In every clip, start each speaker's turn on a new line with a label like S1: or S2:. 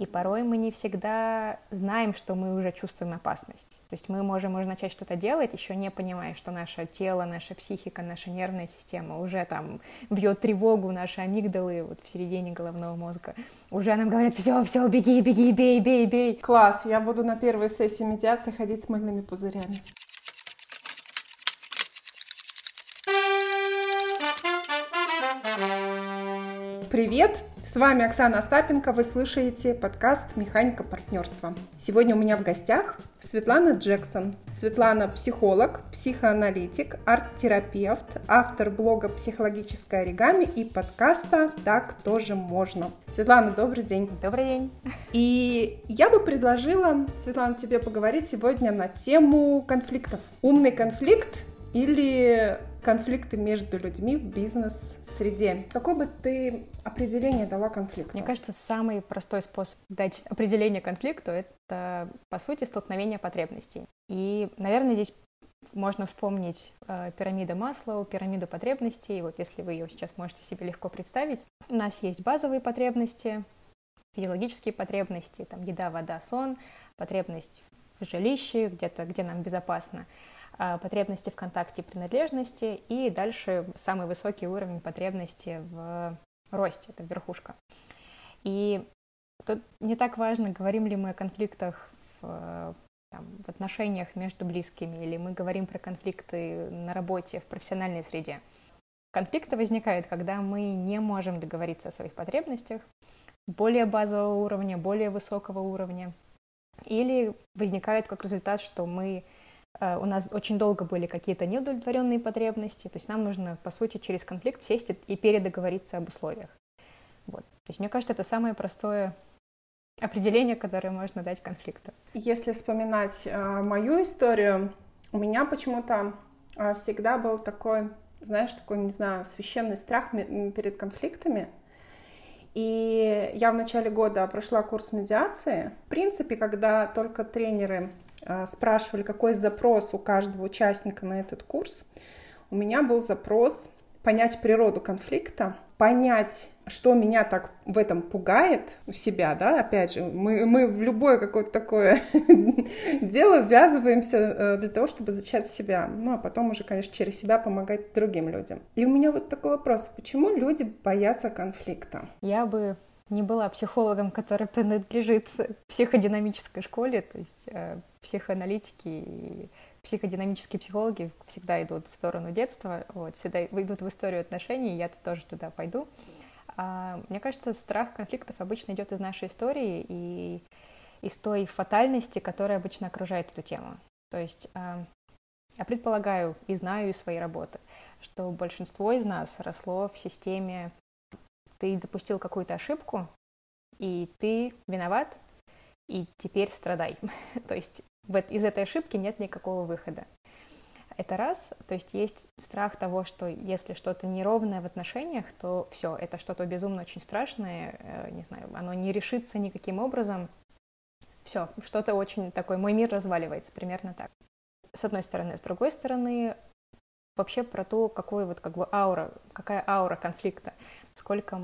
S1: И порой мы не всегда знаем, что мы уже чувствуем опасность. То есть мы можем уже начать что-то делать, еще не понимая, что наше тело, наша психика, наша нервная система уже там бьет тревогу, наши амигдалы вот в середине головного мозга. Уже нам говорят: все, беги, беги, бей, бей, бей.
S2: Класс, я буду на первой сессии медиации ходить с мыльными пузырями. Привет! С вами Оксана Остапенко, вы слушаете подкаст «Механика партнерства». Сегодня у меня в гостях Светлана Джексон. Светлана – психолог, психоаналитик, арт-терапевт, автор блога «Психологическое оригами» и подкаста «Так тоже можно». Светлана, добрый день.
S1: Добрый день.
S2: И я бы предложила, Светлана, тебе поговорить сегодня на тему конфликтов. Умный конфликт или конфликты между людьми в бизнес-среде. Какое бы ты определение дала конфликту?
S1: Мне кажется, самый простой способ дать определение конфликту — это, по сути, столкновение потребностей. И, наверное, здесь можно вспомнить пирамиду Маслоу, пирамиду потребностей. Вот если вы ее сейчас можете себе легко представить. У нас есть базовые потребности, физиологические потребности, там еда, вода, сон, потребность в жилище, где-то, где нам безопасно, потребности в контакте и принадлежности, и дальше самый высокий уровень потребности в росте, это верхушка. И тут не так важно, говорим ли мы о конфликтах в отношениях между близкими, или мы говорим про конфликты на работе, в профессиональной среде. Конфликты возникают, когда мы не можем договориться о своих потребностях более базового уровня, более высокого уровня, или возникают как результат, что у нас очень долго были какие-то неудовлетворенные потребности, то есть нам нужно, по сути, через конфликт сесть и передоговориться об условиях. Вот. То есть мне кажется, это самое простое определение, которое можно дать конфликту.
S2: Если вспоминать мою историю, у меня почему-то всегда был такой, не знаю, священный страх перед конфликтами. И я в начале года прошла курс медиации. В принципе, когда только тренеры спрашивали, какой запрос у каждого участника на этот курс, у меня был запрос понять природу конфликта, понять, что меня так в этом пугает у себя, да, опять же, мы в любое какое-то такое дело ввязываемся для того, чтобы изучать себя, ну, а потом уже, конечно, через себя помогать другим людям. И у меня вот такой вопрос, почему люди боятся конфликта?
S1: Я бы не была психологом, который принадлежит психодинамической школе, то есть психоаналитики и психодинамические психологи всегда идут в сторону детства, вот, всегда идут в историю отношений, я тоже туда пойду. Мне кажется, страх конфликтов обычно идет из нашей истории и из той фатальности, которая обычно окружает эту тему. То есть я предполагаю и знаю из своей работы, что большинство из нас росло в системе: ты допустил какую-то ошибку, и ты виноват, и теперь страдай. То есть из этой ошибки нет никакого выхода. Это раз. То есть есть страх того, что если что-то неровное в отношениях, то все, это что-то безумно очень страшное, не знаю, оно не решится никаким образом. Все, что-то очень такое, мой мир разваливается, примерно так. С одной стороны. С другой стороны, вообще про то, какая аура конфликта, сколько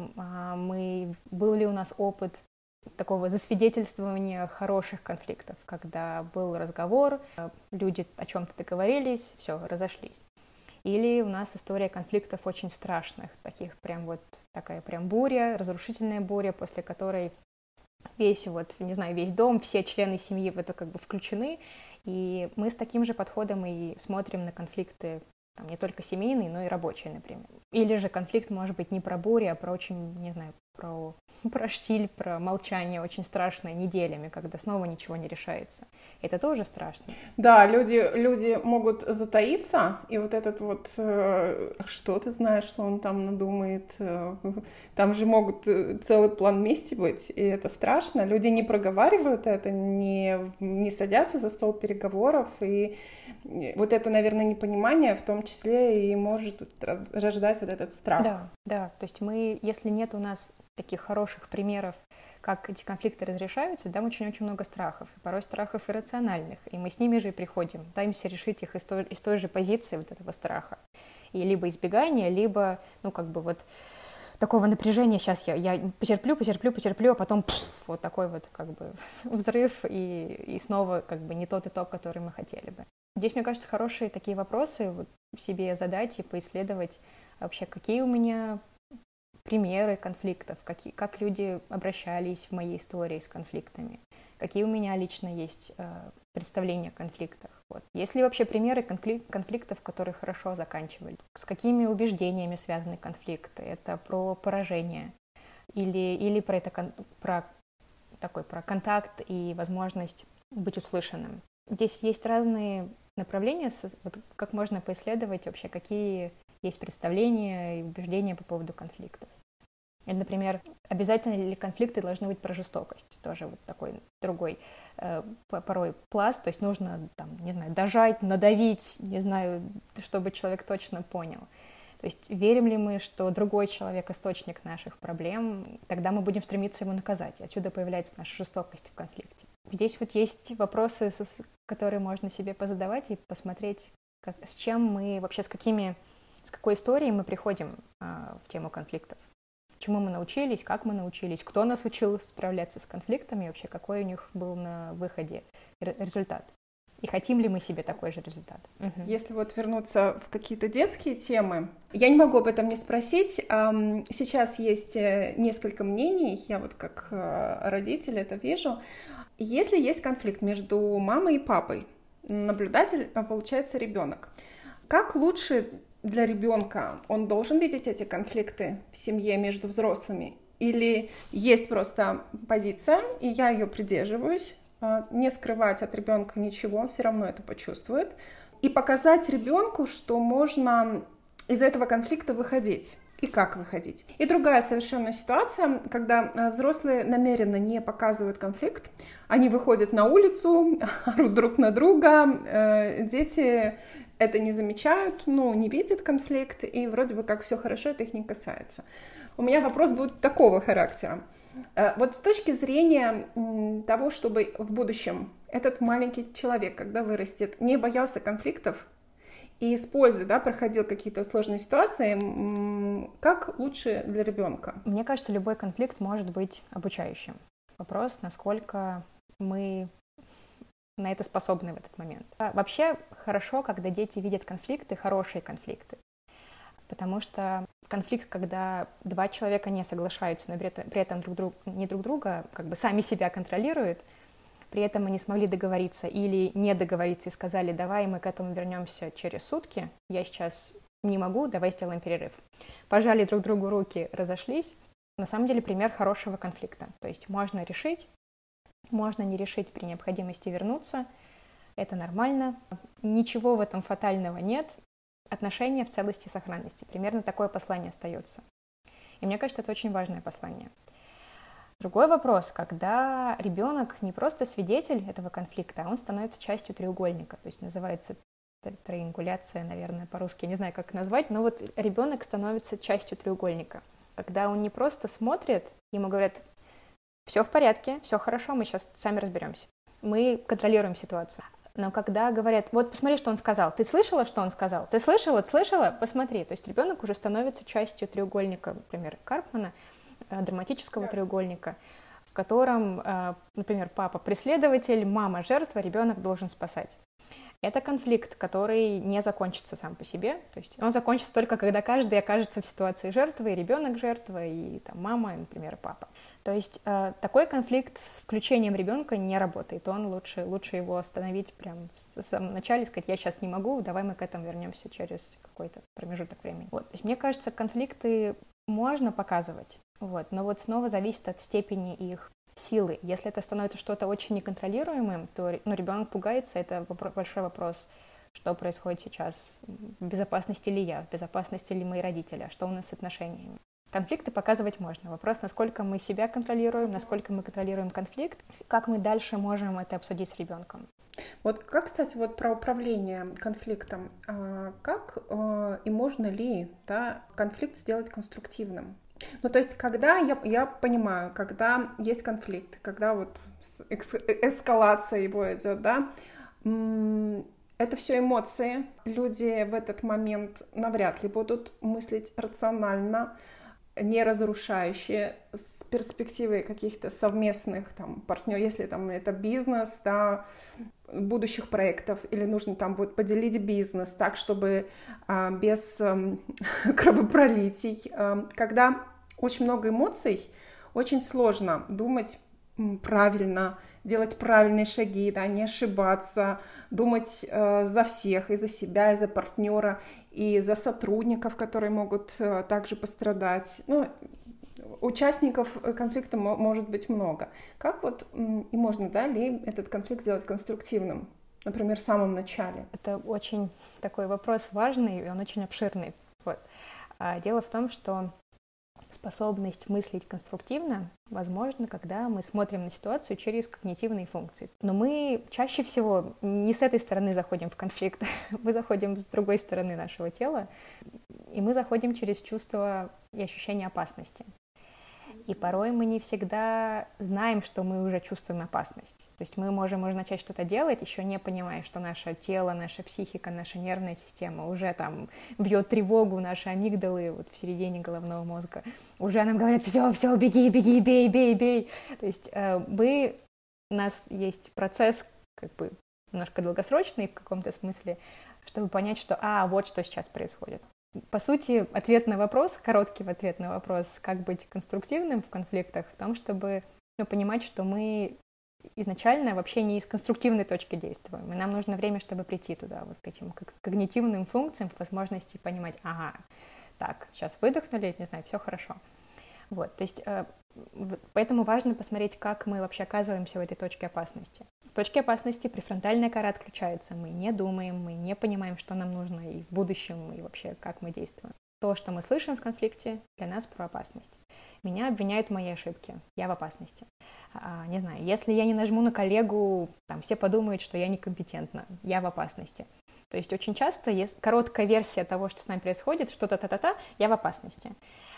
S1: был ли у нас опыт такого засвидетельствования хороших конфликтов, когда был разговор, люди о чем-то договорились, все, разошлись. Или у нас история конфликтов очень страшных, такая буря, разрушительная буря, после которой весь дом, все члены семьи в это включены, и мы с таким же подходом и смотрим на конфликты, не только семейные, но и рабочие, например. Или же конфликт может быть не про бурю, а про про штиль, про молчание очень страшное неделями, когда снова ничего не решается. Это тоже страшно.
S2: Да, люди могут затаиться, и вот этот что ты знаешь, что он там надумает, там же могут целый план мести быть, и это страшно. Люди не проговаривают это, не садятся за стол переговоров, и вот это, наверное, непонимание в том числе и может рождать вот этот страх.
S1: Да, то есть если нет у нас таких хороших примеров, как эти конфликты разрешаются, там очень-очень много страхов, и порой страхов иррациональных, и мы с ними же и приходим, пытаемся решить их из той же позиции вот этого страха, и либо избегания, либо, такого напряжения, сейчас я потерплю, а потом вот такой вот как бы взрыв, и снова как бы не тот итог, который мы хотели бы. Здесь, мне кажется, хорошие такие вопросы вот себе задать и поисследовать вообще, какие у меня примеры конфликтов, как люди обращались в моей истории с конфликтами, какие у меня лично есть представления о конфликтах. Вот. Есть ли вообще примеры конфликтов, которые хорошо заканчивали? С какими убеждениями связаны конфликты? Это про поражение или про контакт и возможность быть услышанным? Здесь есть разные направления, вот как можно поисследовать вообще, какие есть представления и убеждения по поводу конфликтов. Или, например, обязательно ли конфликты должны быть про жестокость? Тоже вот такой другой порой пласт, то есть нужно, там, не знаю, дожать, надавить, не знаю, чтобы человек точно понял. То есть верим ли мы, что другой человек — источник наших проблем, тогда мы будем стремиться его наказать. Отсюда появляется наша жестокость в конфликте. Здесь вот есть вопросы, которые можно себе позадавать и посмотреть, с чем мы вообще, с какой историей мы приходим в тему конфликтов. Чему мы научились, как мы научились, кто нас учил справляться с конфликтами, вообще какой у них был на выходе результат. И хотим ли мы себе такой же результат?
S2: Если вот вернуться в какие-то детские темы, я не могу об этом не спросить. Сейчас есть несколько мнений, я вот как родитель это вижу. Если есть конфликт между мамой и папой, наблюдатель, получается, ребенок. Как лучше для ребенка? Он должен видеть эти конфликты в семье между взрослыми? Или есть просто позиция, и я ее придерживаюсь, не скрывать от ребенка ничего, все равно это почувствует, и показать ребенку, что можно из этого конфликта выходить. И как выходить. И другая совершенно ситуация, когда взрослые намеренно не показывают конфликт, они выходят на улицу, орут друг на друга, дети это не замечают, не видят конфликт, и вроде бы как все хорошо, это их не касается. У меня вопрос будет такого характера. Вот с точки зрения того, чтобы в будущем этот маленький человек, когда вырастет, не боялся конфликтов и с пользой, проходил какие-то сложные ситуации, как лучше для ребенка?
S1: Мне кажется, любой конфликт может быть обучающим. Вопрос, насколько мы на это способны в этот момент. Вообще хорошо, когда дети видят конфликты, хорошие конфликты. Потому что конфликт, когда два человека не соглашаются, но при этом не друг друга, как бы сами себя контролируют, при этом они смогли договориться или не договориться и сказали: давай мы к этому вернемся через сутки, я сейчас не могу, давай сделаем перерыв. Пожали друг другу руки, разошлись. На самом деле пример хорошего конфликта. То есть можно решить, можно не решить, при необходимости вернуться. Это нормально. Ничего в этом фатального нет. Отношения в целости и сохранности. Примерно такое послание остается. И мне кажется, это очень важное послание. Другой вопрос, когда ребенок не просто свидетель этого конфликта, а он становится частью треугольника. То есть называется триангуляция, наверное, по-русски, я не знаю, как назвать, но вот ребенок становится частью треугольника. Когда он не просто смотрит, ему говорят: все в порядке, все хорошо, мы сейчас сами разберемся. Мы контролируем ситуацию. Но когда говорят: вот посмотри, что он сказал, ты слышала, что он сказал? Ты слышала? Посмотри. То есть ребенок уже становится частью треугольника, например, Карпмана, драматического треугольника, в котором, например, папа преследователь, мама жертва, ребенок должен спасать. Это конфликт, который не закончится сам по себе. То есть он закончится только когда каждый окажется в ситуации жертвы, и ребенок жертва, и там, мама, и, например, папа. То есть такой конфликт с включением ребенка не работает. Он лучше его остановить прямо в самом начале, сказать: я сейчас не могу, давай мы к этому вернемся через какой-то промежуток времени. Вот. То есть, мне кажется, конфликты можно показывать, но вот снова зависит от степени их силы. Если это становится что-то очень неконтролируемым, то ребенок пугается. Это большой вопрос, что происходит сейчас. В безопасности ли я, в безопасности ли мои родители, а что у нас с отношениями. Конфликты показывать можно. Вопрос, насколько мы себя контролируем, насколько мы контролируем конфликт, как мы дальше можем это обсудить с ребенком.
S2: Вот как, кстати, вот про управление конфликтом. Как и можно ли конфликт сделать конструктивным? То есть, когда я понимаю, когда есть конфликт, когда вот эскалация его идет, это все эмоции. Люди в этот момент навряд ли будут мыслить рационально. не разрушающие, с перспективой каких-то совместных там партнеров, если там это бизнес, да, будущих проектов, или нужно там будет поделить бизнес так, чтобы без кровопролитий. Когда очень много эмоций, очень сложно думать правильно, делать правильные шаги, да, не ошибаться, думать за всех, и за себя, и за партнера, и за сотрудников, которые могут также пострадать. Ну, участников конфликта может быть много. Как вот и можно, да, ли этот конфликт сделать конструктивным? Например, в самом начале.
S1: Это очень такой вопрос важный, и он очень обширный. Вот. Дело в том, что способность мыслить конструктивно возможно, когда мы смотрим на ситуацию через когнитивные функции. Но мы чаще всего не с этой стороны заходим в конфликт, мы заходим с другой стороны нашего тела, и мы заходим через чувство и ощущение опасности. И порой мы не всегда знаем, что мы уже чувствуем опасность. То есть мы можем уже начать что-то делать, еще не понимая, что наше тело, наша психика, наша нервная система уже там бьет тревогу, наши амигдалы вот в середине головного мозга уже нам говорят: все, беги, беги, бей, бей, бей. То есть у нас есть процесс как бы немножко долгосрочный в каком-то смысле, чтобы понять, что вот что сейчас происходит. По сути, ответ на вопрос, короткий ответ на вопрос, как быть конструктивным в конфликтах, в том, чтобы понимать, что мы изначально вообще не из конструктивной точки действуем, и нам нужно время, чтобы прийти туда, вот к этим когнитивным функциям, к возможности понимать: так, сейчас выдохнули, не знаю, все хорошо. Вот, то есть поэтому важно посмотреть, как мы вообще оказываемся в этой точке опасности. В точке опасности префронтальная кора отключается, мы не думаем, мы не понимаем, что нам нужно и в будущем, и вообще как мы действуем. То, что мы слышим в конфликте, для нас про опасность. Меня обвиняют в моей ошибке, я в опасности. Не знаю, если я не нажму на коллегу, там все подумают, что я некомпетентна, я в опасности. То есть очень часто есть короткая версия того, что с нами происходит, что-то та-та-та, я в опасности.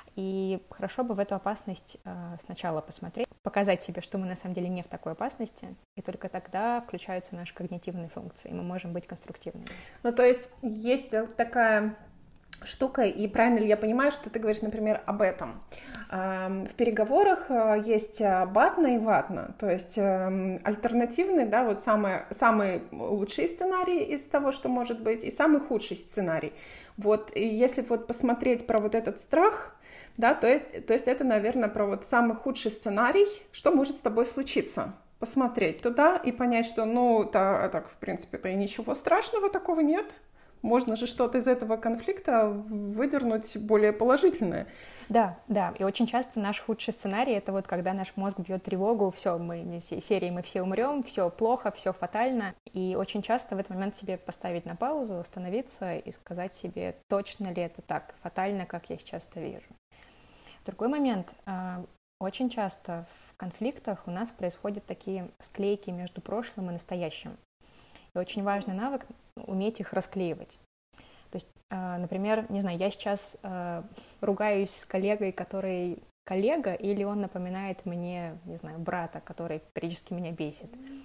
S1: И хорошо бы в эту опасность сначала посмотреть, показать себе, что мы на самом деле не в такой опасности, и только тогда включаются наши когнитивные функции, и мы можем быть конструктивными.
S2: Ну, то есть такая штука, и правильно ли я понимаю, что ты говоришь, например, об этом? В переговорах есть батна и ватна, то есть альтернативный, да, вот самый лучший сценарий из того, что может быть, и самый худший сценарий. Вот, и если вот посмотреть про вот этот страх, да, то есть это, наверное, про вот самый худший сценарий, что может с тобой случиться. Посмотреть туда и понять, что, так, в принципе-то и ничего страшного такого нет. Можно же что-то из этого конфликта выдернуть более положительное.
S1: Да, и очень часто наш худший сценарий — это вот когда наш мозг бьет тревогу, все, мы все умрем, все плохо, все фатально. И очень часто в этот момент себе поставить на паузу, остановиться и сказать себе, точно ли это так фатально, как я сейчас это вижу. Другой момент. Очень часто в конфликтах у нас происходят такие склейки между прошлым и настоящим. И очень важный навык — уметь их расклеивать. То есть, например, не знаю, я сейчас ругаюсь с коллегой, который коллега, или он напоминает мне, не знаю, брата, который периодически меня бесит.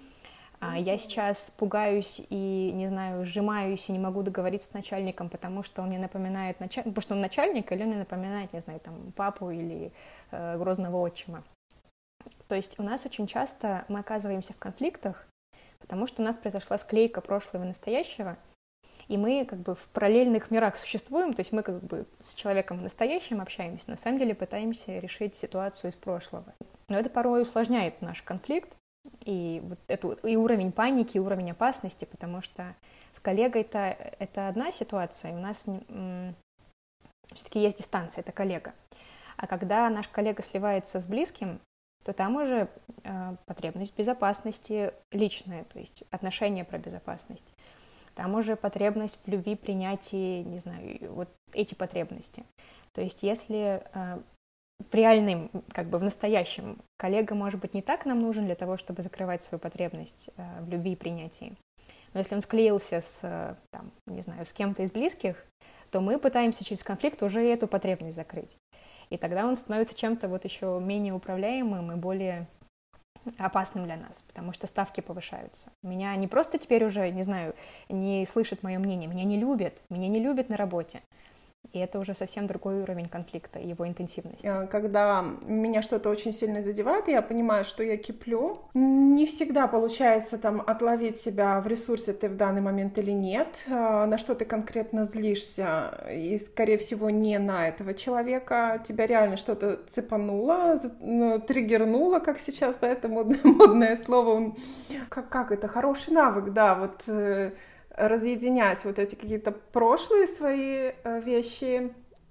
S1: Я сейчас пугаюсь и, не знаю, сжимаюсь и не могу договориться с начальником, потому что он мне напоминает потому что он начальник, или он мне напоминает, не знаю, там, папу или грозного отчима. То есть у нас очень часто мы оказываемся в конфликтах, потому что у нас произошла склейка прошлого и настоящего, и мы как бы в параллельных мирах существуем, то есть мы как бы с человеком в настоящем общаемся, но на самом деле пытаемся решить ситуацию из прошлого. Но это порой усложняет наш конфликт, и вот и уровень паники, и уровень опасности, потому что с коллегой-то это одна ситуация, и у нас все-таки есть дистанция, это коллега. А когда наш коллега сливается с близким, то там уже потребность безопасности личная, то есть отношения про безопасность. Там уже потребность в любви, принятии, не знаю, вот эти потребности. То есть если в реальном, как бы в настоящем, коллега, может быть, не так нам нужен для того, чтобы закрывать свою потребность в любви и принятии. Но если он склеился с, там, не знаю, с кем-то из близких, то мы пытаемся через конфликт уже эту потребность закрыть. И тогда он становится чем-то вот еще менее управляемым и более опасным для нас, потому что ставки повышаются. Меня не просто теперь уже, не знаю, не слышат мое мнение, меня не любят на работе. И это уже совсем другой уровень конфликта, его интенсивности.
S2: Когда меня что-то очень сильно задевает, я понимаю, что я киплю. Не всегда получается там отловить себя в ресурсе ты в данный момент или нет, на что ты конкретно злишься, и, скорее всего, не на этого человека. Тебя реально что-то цепануло, триггернуло, как сейчас, да, это модное слово. Как это? Хороший навык, да, вот разъединять вот эти какие-то прошлые свои вещи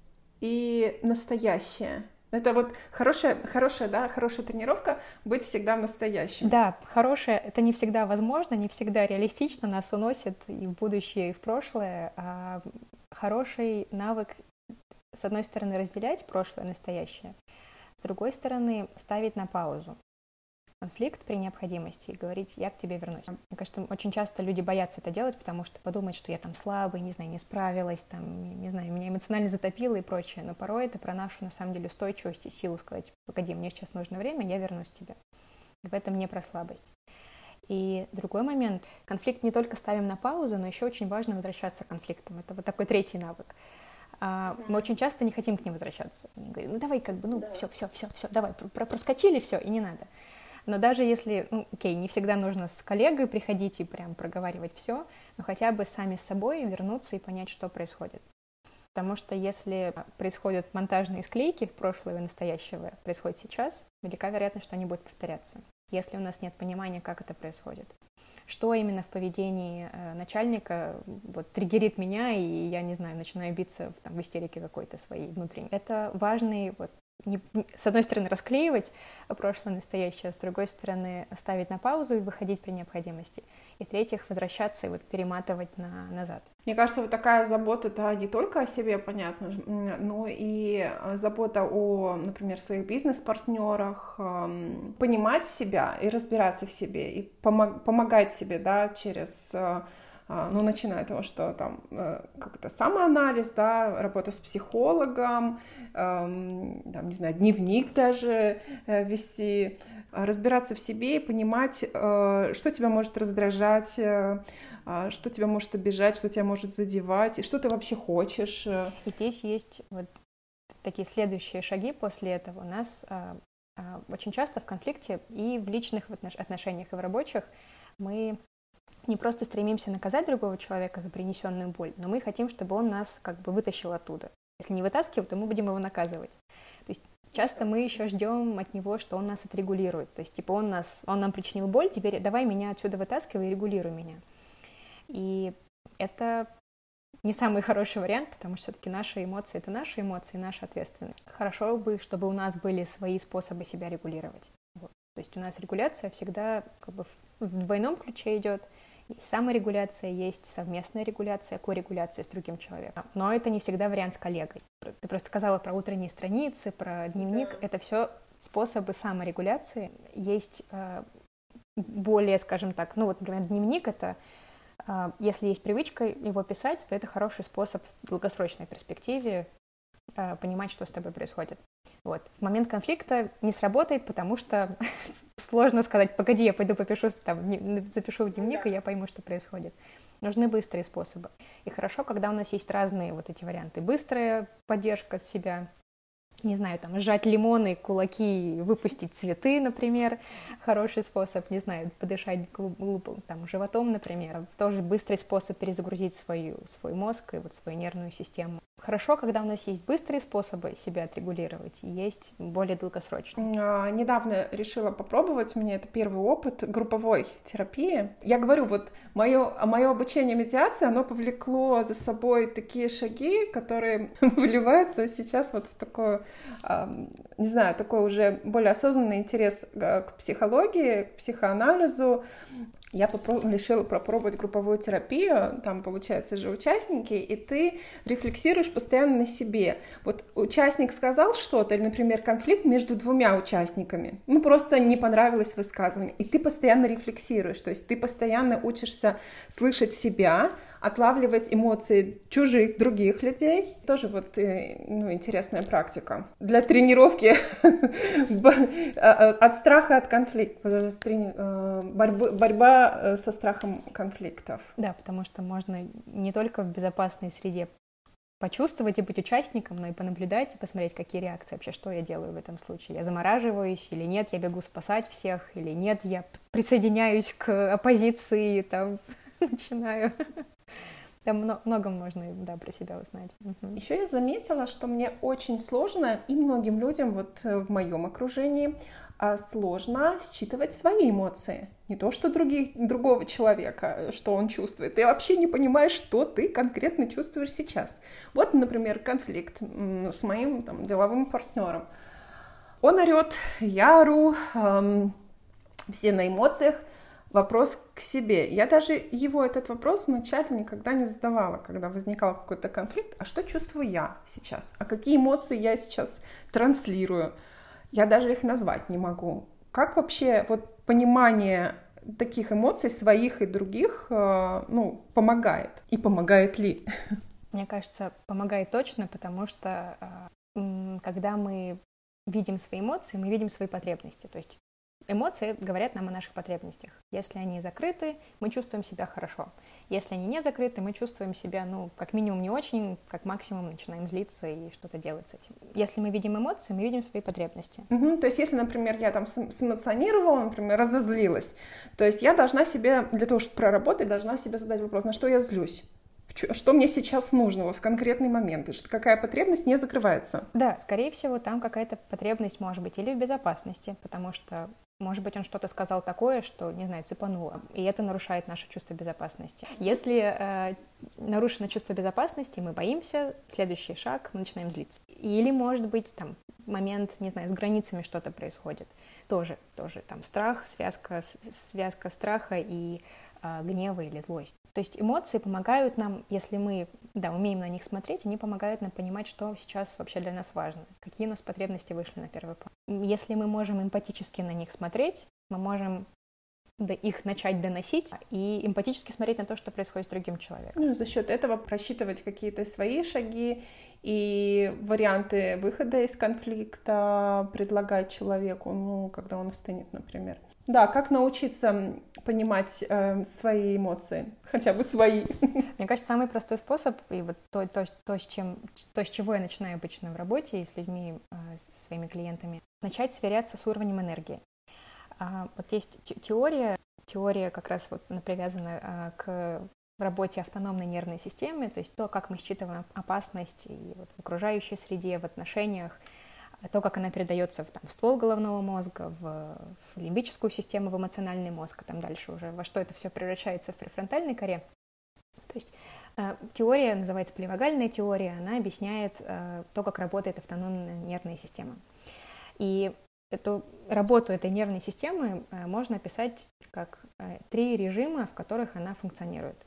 S2: и настоящее. Это вот хорошая тренировка быть всегда в настоящем.
S1: Да, хорошее, это не всегда возможно, не всегда реалистично, нас уносит и в будущее, и в прошлое. А хороший навык, с одной стороны, разделять прошлое и настоящее, с другой стороны, ставить на паузу конфликт при необходимости и говорить: я к тебе вернусь. Мне кажется, очень часто люди боятся это делать, потому что подумают, что я там слабый, не знаю, не справилась, там, не знаю, меня эмоционально затопило и прочее. Но порой это про нашу, на самом деле, устойчивость и силу сказать: погоди, мне сейчас нужно время, я вернусь к тебе. И в этом не про слабость. И другой момент. Конфликт не только ставим на паузу, но еще очень важно возвращаться к конфликтам. Это вот такой третий навык. Мы очень часто не хотим к ним возвращаться. Мы говорим: ну давай все, давай, проскочили, все, и не надо. Но даже если, не всегда нужно с коллегой приходить и прям проговаривать все, но хотя бы сами с собой вернуться и понять, что происходит. Потому что если происходят монтажные склейки в прошлое и настоящего, происходит сейчас, велика вероятность, что они будут повторяться, если у нас нет понимания, как это происходит. Что именно в поведении начальника вот, триггерит меня, и я, не знаю, начинаю биться в истерике какой-то своей внутренней. Это важный с одной стороны, расклеивать прошлое, настоящее, а с другой стороны, ставить на паузу и выходить при необходимости. И в-третьих, возвращаться и перематывать назад.
S2: Мне кажется, вот такая забота, это не только о себе, понятно, но и забота о, например, своих бизнес-партнерах, понимать себя и разбираться в себе, и помогать себе, да, через... начиная от того, что там как-то самоанализ, да, работа с психологом, там, не знаю, дневник даже вести, разбираться в себе и понимать, что тебя может раздражать, что тебя может обижать, что тебя может задевать, и что ты вообще хочешь.
S1: И здесь есть вот такие следующие шаги после этого. У нас очень часто в конфликте и в личных отношениях, и в рабочих мы не просто стремимся наказать другого человека за принесенную боль, но мы хотим, чтобы он нас вытащил оттуда. Если не вытаскивает, то мы будем его наказывать. То есть часто мы еще ждем от него, что он нас отрегулирует. То есть он нам причинил боль, теперь давай меня отсюда вытаскивай и регулируй меня. И это не самый хороший вариант, потому что все-таки наши эмоции — это наши эмоции, наша ответственность. Хорошо бы, чтобы у нас были свои способы себя регулировать. Вот. То есть у нас регуляция всегда в двойном ключе идет. Есть саморегуляция, есть совместная регуляция, коррегуляция с другим человеком. Но это не всегда вариант с коллегой. Ты просто сказала про утренние страницы, про дневник. Да. Это все способы саморегуляции. Есть более, скажем так, например, дневник — это, если есть привычка его писать, то это хороший способ в долгосрочной перспективе понимать, что с тобой происходит. Вот. В момент конфликта не сработает, потому что сложно сказать: погоди, я пойду запишу в дневник, и я пойму, что происходит. Нужны быстрые способы. И хорошо, когда у нас есть разные вот эти варианты. Быстрая поддержка себя, не знаю, сжать лимоны, кулаки, выпустить цветы, например, хороший способ, не знаю, подышать животом, например, тоже быстрый способ перезагрузить свой мозг и свою нервную систему. Хорошо, когда у нас есть быстрые способы себя отрегулировать и есть более долгосрочные.
S2: Недавно решила попробовать, у меня это первый опыт групповой терапии. Я говорю, мое обучение медиации, оно повлекло за собой такие шаги, которые выливаются сейчас в такое, не знаю, такой уже более осознанный интерес к психологии, к психоанализу. Я решила попробовать групповую терапию, там, получается же, участники, и ты рефлексируешь постоянно на себе. Вот участник сказал что-то, или, например, конфликт между двумя участниками, просто не понравилось высказывание, и ты постоянно рефлексируешь, то есть ты постоянно учишься слышать себя, отлавливать эмоции чужих, других людей. Тоже интересная практика. Для тренировки от страха, от конфликта, борьба со страхом конфликтов.
S1: Да, потому что можно не только в безопасной среде почувствовать и быть участником, но и понаблюдать, и посмотреть, какие реакции вообще, что я делаю в этом случае. Я замораживаюсь или нет, я бегу спасать всех, или нет, я присоединяюсь к оппозиции, там, начинаю. Там много можно, да, про себя узнать.
S2: Еще я заметила, что мне очень сложно, и многим людям вот в моем окружении, сложно считывать свои эмоции. Не то, что другого человека, что он чувствует. Ты вообще не понимаешь, что ты конкретно чувствуешь сейчас. Вот, например, конфликт с моим там, деловым партнером. Он орет, я ору, все на эмоциях. Вопрос к себе. Я даже его этот вопрос вначале никогда не задавала, когда возникал какой-то конфликт. А что чувствую я сейчас? А какие эмоции я сейчас транслирую? Я даже их назвать не могу. Как вообще вот понимание таких эмоций, своих и других, помогает? И помогает ли?
S1: Мне кажется, помогает точно, потому что когда мы видим свои эмоции, мы видим свои потребности. То есть эмоции говорят нам о наших потребностях. Если они закрыты, мы чувствуем себя хорошо. Если они не закрыты, мы чувствуем себя, как минимум не очень, как максимум начинаем злиться и что-то делать с этим. Если мы видим эмоции, мы видим свои потребности.
S2: То есть если, например, я там сэмоционировала, например, разозлилась, то есть я должна себе, для того, чтобы проработать, должна себе задать вопрос, на что я злюсь? Что мне сейчас нужно вот в конкретный момент, и какая потребность не закрывается.
S1: Да, скорее всего, там какая-то потребность может быть или в безопасности, потому что, может быть, он что-то сказал такое, что, не знаю, цепануло, и это нарушает наше чувство безопасности. Если нарушено чувство безопасности, мы боимся, следующий шаг, мы начинаем злиться. Или, может быть, там момент, не знаю, с границами что-то происходит. Тоже там страх, связка страха и гнева или злости. То есть эмоции помогают нам, если мы, умеем на них смотреть, они помогают нам понимать, что сейчас вообще для нас важно, какие у нас потребности вышли на первый план. Если мы можем эмпатически на них смотреть, мы можем их начать доносить и эмпатически смотреть на то, что происходит с другим человеком.
S2: За счет этого просчитывать какие-то свои шаги и варианты выхода из конфликта предлагать человеку, когда он остынет, например. Да, как научиться понимать свои эмоции, хотя бы свои.
S1: Мне кажется, самый простой способ, и вот то, с чего я начинаю обычно в работе и с людьми, с своими клиентами, начать сверяться с уровнем энергии. Вот есть теория как раз вот она привязана к работе автономной нервной системы, то есть то, как мы считываем опасность и вот в окружающей среде, в отношениях, то, как она передается в ствол головного мозга, в лимбическую систему, в эмоциональный мозг, и там дальше уже во что это все превращается в префронтальной коре. То есть теория, называется поливагальная теория, она объясняет то, как работает автономная нервная система. И работу этой нервной системы можно описать как 3 режима, в которых она функционирует.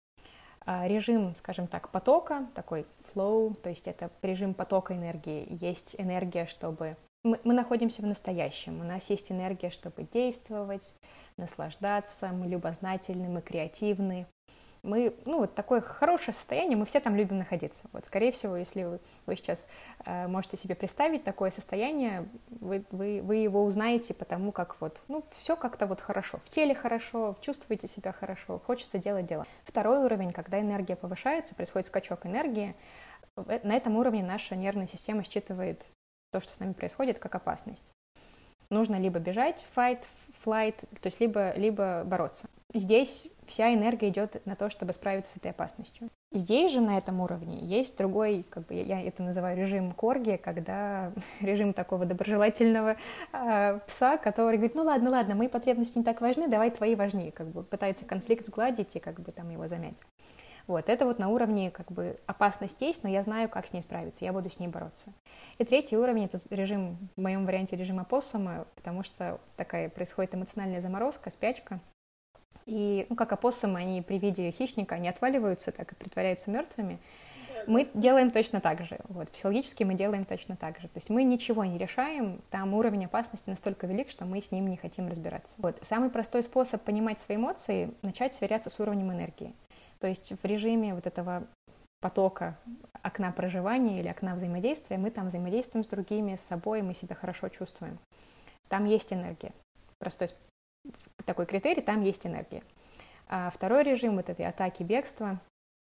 S1: Режим, скажем так, потока, такой flow, то есть это режим потока энергии. Есть энергия, чтобы... Мы находимся в настоящем, у нас есть энергия, чтобы действовать, наслаждаться, мы любознательны, мы креативны. Мы, вот такое хорошее состояние, мы все там любим находиться. Вот, скорее всего, если вы сейчас можете себе представить такое состояние, вы его узнаете потому, как все как-то хорошо. В теле хорошо, чувствуете себя хорошо, хочется делать дела. Второй уровень, когда энергия повышается, происходит скачок энергии, на этом уровне наша нервная система считывает то, что с нами происходит, как опасность. Нужно либо бежать, fight, flight, то есть либо бороться. Здесь вся энергия идет на то, чтобы справиться с этой опасностью. Здесь же на этом уровне есть другой, я это называю режим корги, когда режим такого доброжелательного пса, который говорит, ладно, мои потребности не так важны, давай твои важнее, пытается конфликт сгладить и там его замять. Вот, это на уровне опасность есть, но я знаю, как с ней справиться, я буду с ней бороться. И третий уровень — это режим, в моем варианте режим опоссума, потому что такая происходит эмоциональная заморозка, спячка. И, как опоссумы, они при виде хищника, они отваливаются, так и притворяются мертвыми. Мы делаем точно так же. Психологически мы делаем точно так же. То есть мы ничего не решаем, там уровень опасности настолько велик, что мы с ним не хотим разбираться. Самый простой способ понимать свои эмоции — начать сверяться с уровнем энергии. То есть в режиме этого потока окна проживания или окна взаимодействия мы там взаимодействуем с другими, с собой, мы себя хорошо чувствуем. Там есть энергия. Простой такой критерий, там есть энергия. А второй режим — это атаки, бегства.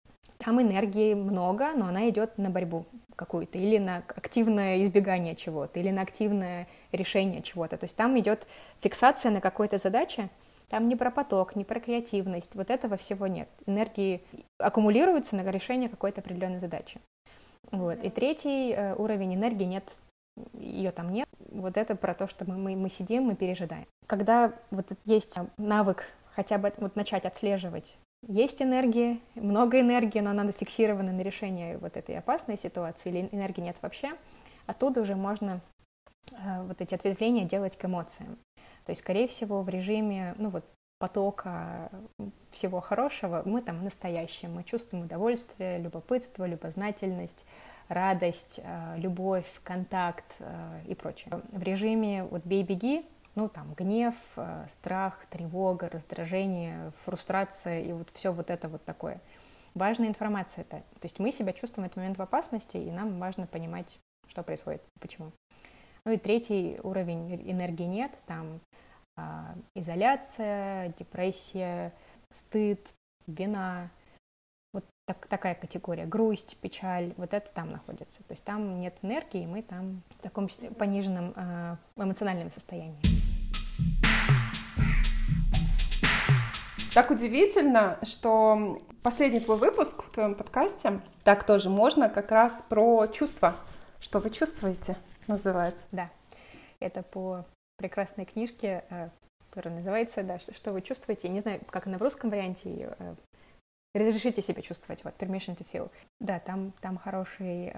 S1: там энергии много, но она идет на борьбу какую-то, или на активное избегание чего-то, или на активное решение чего-то. То есть там идет фиксация на какой-то задаче, там не про поток, не про креативность, вот этого всего нет. Энергии аккумулируются на решение какой-то определенной задачи. Вот. И третий уровень энергии нет, ее там нет. Вот это про то, что мы сидим, мы пережидаем. Когда вот есть навык хотя бы вот начать отслеживать, есть энергии, много энергии, но она фиксирована на решение вот этой опасной ситуации, или энергии нет вообще, оттуда уже можно вот эти ответвления делать к эмоциям. То есть, скорее всего, в режиме, потока всего хорошего мы там настоящие, мы чувствуем удовольствие, любопытство, любознательность, радость, любовь, контакт и прочее. В режиме бей-беги, гнев, страх, тревога, раздражение, фрустрация и вот все вот это вот такое. Важная информация это. То есть мы себя чувствуем в этот момент в опасности, и нам важно понимать, что происходит, почему. И третий уровень энергии нет, там изоляция, депрессия, стыд, вина, вот такая категория, грусть, печаль, вот это там находится. То есть там нет энергии, и мы там в таком пониженном эмоциональном состоянии.
S2: Так удивительно, что последний твой выпуск в твоем подкасте, так тоже можно, как раз про чувства. Что вы чувствуете, называется.
S1: Да, это по прекрасной книжке, которая называется, «Что вы чувствуете». Я не знаю, как она в русском варианте ее. «Разрешите себе чувствовать», «Permission to feel». Да, там хороший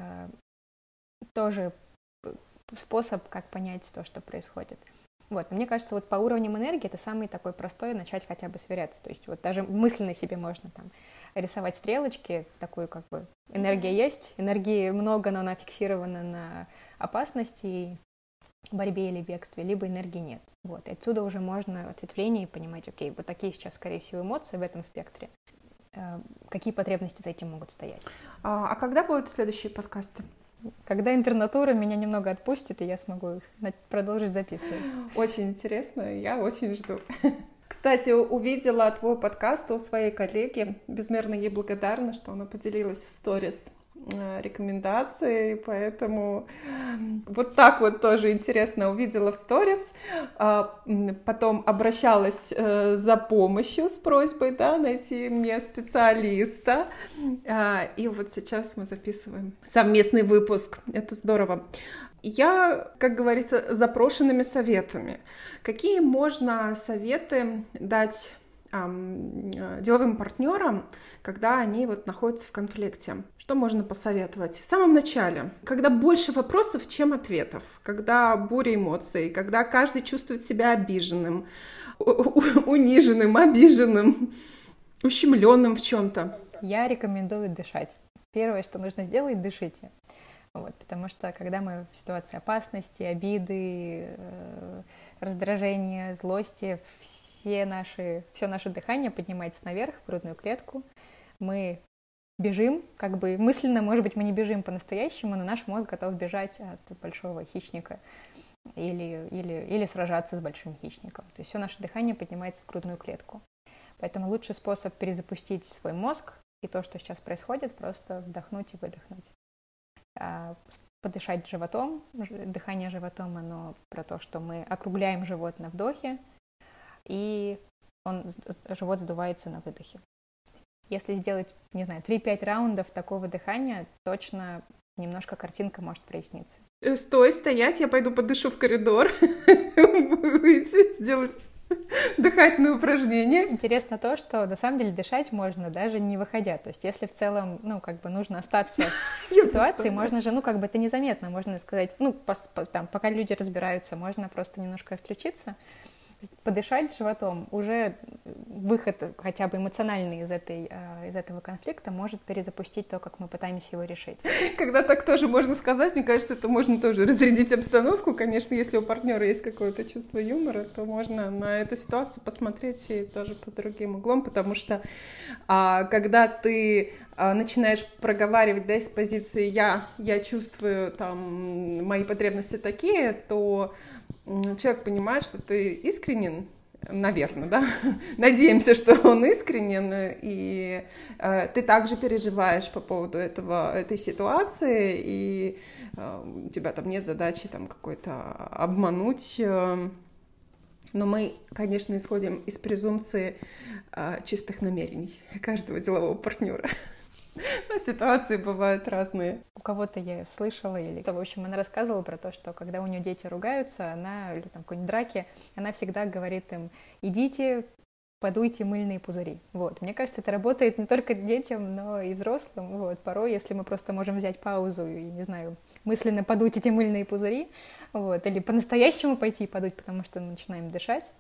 S1: тоже способ, как понять то, что происходит. Мне кажется, по уровням энергии это самый такой простой, начать хотя бы сверяться. То есть даже мысленно себе можно там рисовать стрелочки, такую энергия есть, энергии много, но она фиксирована на опасности, борьбе или бегстве, либо энергии нет. И отсюда уже можно ответвление и понимать, окей, вот такие сейчас, скорее всего, эмоции в этом спектре. Какие потребности за этим могут стоять.
S2: А когда будут следующие подкасты?
S1: Когда интернатура меня немного отпустит, и я смогу их продолжить записывать.
S2: Очень интересно, я очень жду. Кстати, увидела твой подкаст у своей коллеги. Безмерно ей благодарна, что она поделилась в сторис рекомендации, поэтому вот так вот тоже интересно увидела в сторис, потом обращалась за помощью с просьбой, найти мне специалиста, и вот сейчас мы записываем совместный выпуск, это здорово. Я, как говорится, запрошенными советами. Какие можно советы дать деловым партнерам, когда они находятся в конфликте? Что можно посоветовать? В самом начале, когда больше вопросов, чем ответов, когда буря эмоций, когда каждый чувствует себя обиженным, униженным, обиженным, ущемленным в чем-то.
S1: Я рекомендую дышать. Первое, что нужно сделать, дышите. Потому что когда мы в ситуации опасности, обиды, раздражения, злости, все наше дыхание поднимается наверх, в грудную клетку. Мы бежим, мысленно, может быть, мы не бежим по-настоящему, но наш мозг готов бежать от большого хищника или сражаться с большим хищником. То есть все наше дыхание поднимается в грудную клетку. Поэтому лучший способ перезапустить свой мозг и то, что сейчас происходит, просто вдохнуть и выдохнуть. Подышать животом. Дыхание животом, оно про то, что мы округляем живот на вдохе, и живот сдувается на выдохе. Если сделать, 3-5 раундов такого дыхания, точно немножко картинка может проясниться.
S2: Стоять, я пойду подышу в коридор, выйти, сделать дыхательное упражнение.
S1: Интересно то, что на самом деле дышать можно даже не выходя. То есть если в целом, нужно остаться в ситуации, можно же, это незаметно, можно сказать, пока люди разбираются, можно просто немножко отключиться, подышать животом. Уже выход хотя бы эмоциональный из этого конфликта может перезапустить то, как мы пытаемся его решить.
S2: Когда так тоже можно сказать, мне кажется, это можно тоже разрядить обстановку. Конечно, если у партнера есть какое-то чувство юмора, то можно на эту ситуацию посмотреть и тоже под другим углом, потому что когда ты начинаешь проговаривать, из позиции я чувствую, мои потребности такие, то человек понимает, что ты искренен, наверное, да, надеемся, что он искренен, и ты также переживаешь по поводу этой ситуации, и у тебя там нет задачи там какой-то обмануть, но мы, конечно, исходим из презумпции чистых намерений каждого делового партнера. Но ситуации бывают разные.
S1: У кого-то я слышала, в общем, она рассказывала про то, что когда у нее дети ругаются, или там какой-нибудь драки, она всегда говорит им: идите, подуйте мыльные пузыри. Вот. Мне кажется, это работает не только детям, но и взрослым. Вот. Порой, если мы просто можем взять паузу и, не знаю, мысленно подуть эти мыльные пузыри, вот, или по-настоящему пойти и подуть, потому что начинаем дышать,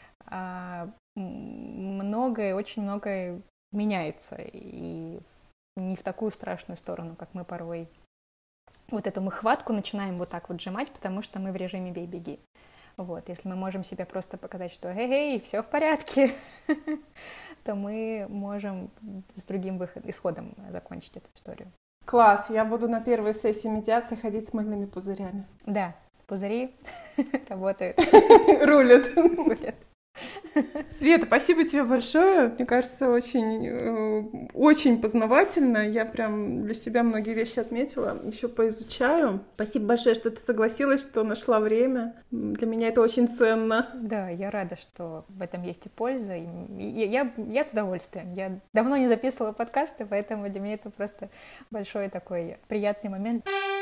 S1: очень многое меняется, и не в такую страшную сторону, как мы порой вот эту мы хватку начинаем вот так вот сжимать, потому что мы в режиме «бей-беги». Вот, если мы можем себе просто показать, что «эй, все в порядке», то мы можем с другим исходом закончить эту историю.
S2: Класс, я буду на первой сессии медиации ходить с мыльными пузырями.
S1: Да, пузыри работают.
S2: Рулят. Света, спасибо тебе большое. Мне кажется, очень, очень познавательно. Я прям для себя многие вещи отметила. Еще поизучаю. Спасибо большое, что ты согласилась, что нашла время. Для меня это очень ценно.
S1: Да, я рада, что в этом есть и польза. Я с удовольствием. Я давно не записывала подкасты, поэтому для меня это просто большой такой приятный момент.